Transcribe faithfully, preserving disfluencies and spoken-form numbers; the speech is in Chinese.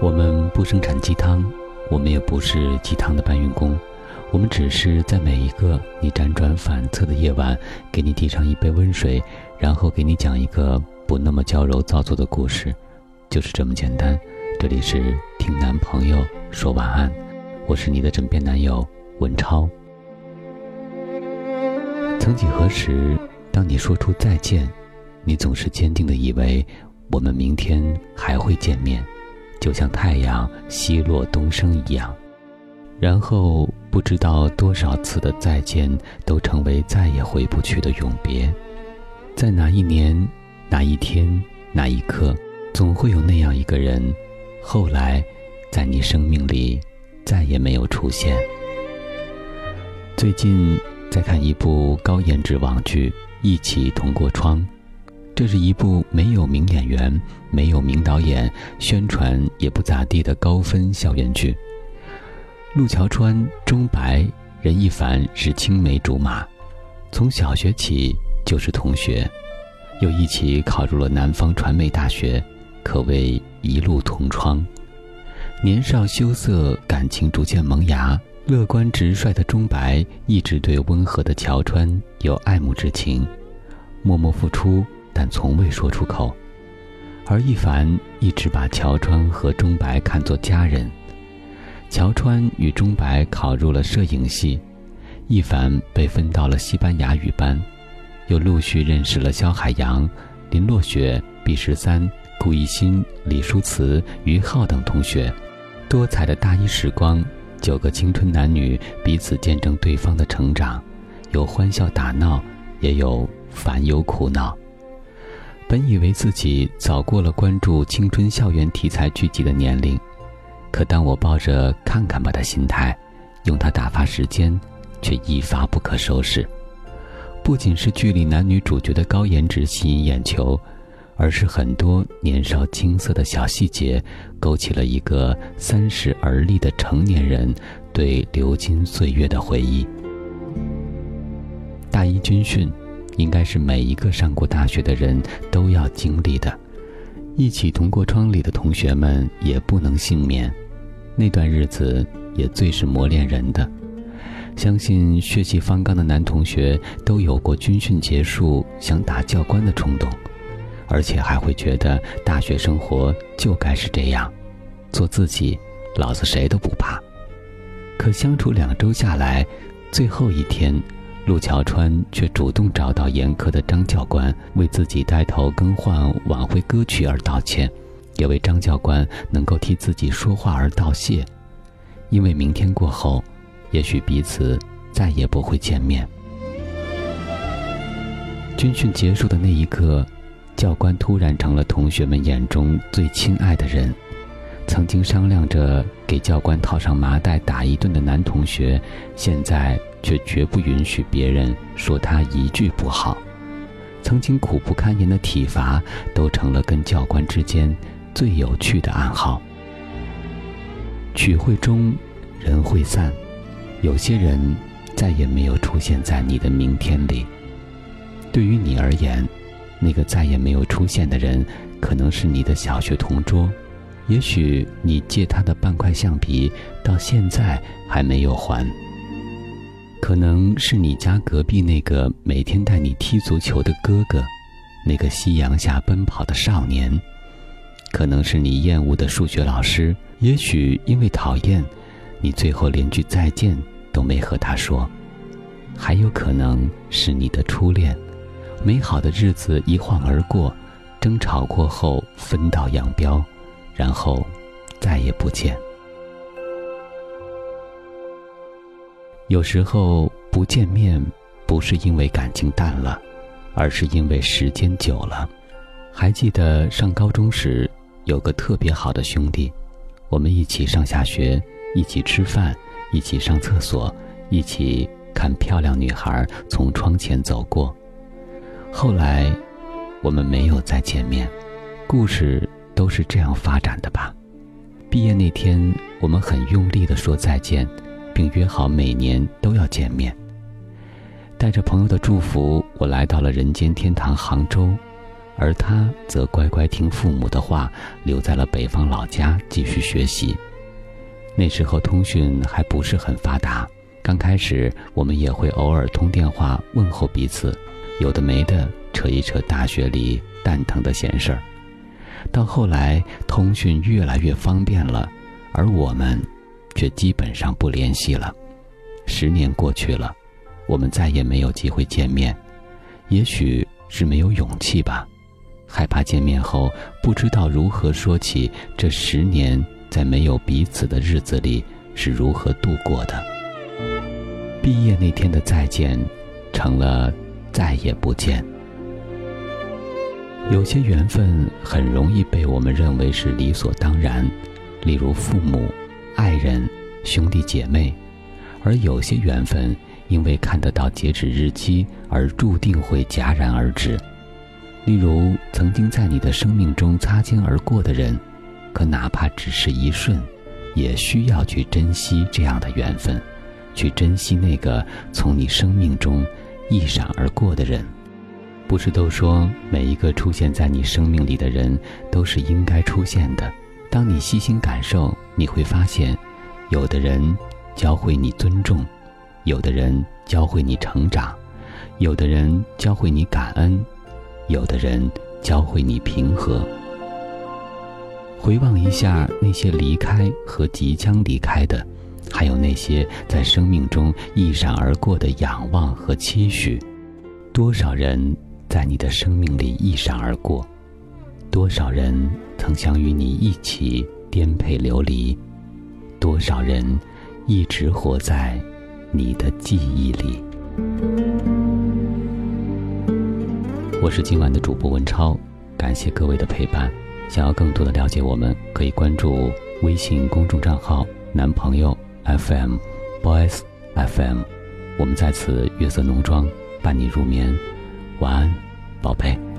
我们不生产鸡汤，我们也不是鸡汤的搬运工，我们只是在每一个你辗转反侧的夜晚，给你递上一杯温水，然后给你讲一个不那么娇柔造作的故事，就是这么简单。这里是听男朋友说晚安，我是你的枕边男友文超。曾几何时，当你说出再见，你总是坚定地以为我们明天还会见面，就像太阳西落东升一样。然后不知道多少次的再见都成为再也回不去的永别。在哪一年，哪一天，哪一刻，总会有那样一个人，后来在你生命里再也没有出现。最近在看一部高颜值网剧《一起同过窗》，这是一部没有名演员、没有名导演，宣传也不咋地的高分校园剧。陆桥川、钟白、任一凡是青梅竹马，从小学起就是同学，又一起考入了南方传媒大学，可谓一路同窗。年少羞涩，感情逐渐萌芽，乐观直率的钟白一直对温和的桥川有爱慕之情，默默付出，但从未说出口。而一凡一直把桥川和钟白看作家人。桥川与钟白考入了摄影系，一凡被分到了西班牙语班，又陆续认识了萧海洋、林落雪、毕十三、顾一新、李淑慈、于浩等同学。多彩的大一时光，九个青春男女彼此见证对方的成长，有欢笑打闹，也有烦忧苦恼。本以为自己早过了关注青春校园题材剧集的年龄，可当我抱着看看吧的心态，用它打发时间，却一发不可收拾。不仅是剧里男女主角的高颜值吸引眼球，而是很多年少青涩的小细节，勾起了一个三十而立的成年人对流金岁月的回忆。大一军训应该是每一个上过大学的人都要经历的，一起同过窗里的同学们也不能幸免，那段日子也最是磨练人的。相信血气方刚的男同学都有过军训结束想打教官的冲动，而且还会觉得大学生活就该是这样，做自己，老子谁都不怕。可相处两周下来，最后一天，陆桥川却主动找到严苛的张教官，为自己带头更换晚会歌曲而道歉，也为张教官能够替自己说话而道谢。因为明天过后，也许彼此再也不会见面。军训结束的那一刻，教官突然成了同学们眼中最亲爱的人。曾经商量着给教官套上麻袋打一顿的男同学，现在却绝不允许别人说他一句不好。曾经苦不堪言的体罚，都成了跟教官之间最有趣的暗号。曲会终，人会散，有些人再也没有出现在你的明天里。对于你而言，那个再也没有出现的人，可能是你的小学同桌，也许你借他的半块橡皮到现在还没有还。可能是你家隔壁那个每天带你踢足球的哥哥，那个夕阳下奔跑的少年。可能是你厌恶的数学老师，也许因为讨厌，你最后连句再见都没和他说。还有可能是你的初恋，美好的日子一晃而过，争吵过后分道扬镳，然后再也不见。有时候不见面，不是因为感情淡了，而是因为时间久了。还记得上高中时，有个特别好的兄弟，我们一起上下学，一起吃饭，一起上厕所，一起看漂亮女孩从窗前走过。后来我们没有再见面，故事都是这样发展的吧。毕业那天，我们很用力地说再见，并约好每年都要见面。带着朋友的祝福，我来到了人间天堂杭州， 而他则乖乖听父母的话，留在了北方老家继续学习。那时候通讯还不是很发达，刚开始我们也会偶尔通电话问候彼此，有的没的扯一扯大学里蛋疼的闲事儿。到后来通讯越来越方便了，而我们却基本上不联系了。十年过去了，我们再也没有机会见面，也许是没有勇气吧，害怕见面后不知道如何说起这十年在没有彼此的日子里是如何度过的。毕业那天的再见成了再也不见。有些缘分很容易被我们认为是理所当然，例如父母、爱人、兄弟姐妹，而有些缘分因为看得到截止日期而注定会戛然而止。例如曾经在你的生命中擦肩而过的人，可哪怕只是一瞬，也需要去珍惜这样的缘分，去珍惜那个从你生命中一闪而过的人。不是都说每一个出现在你生命里的人都是应该出现的？当你细心感受，你会发现，有的人教会你尊重，有的人教会你成长，有的人教会你感恩，有的人教会你平和。回望一下那些离开和即将离开的，还有那些在生命中一闪而过的仰望和期许，多少人在你的生命里一闪而过，多少人曾想与你一起颠沛流离，多少人一直活在你的记忆里。我是今晚的主播文超，感谢各位的陪伴。想要更多的了解我们，可以关注微信公众账号男朋友 F M Boys F M， 我们在此月色浓妆伴你入眠，晚安宝贝。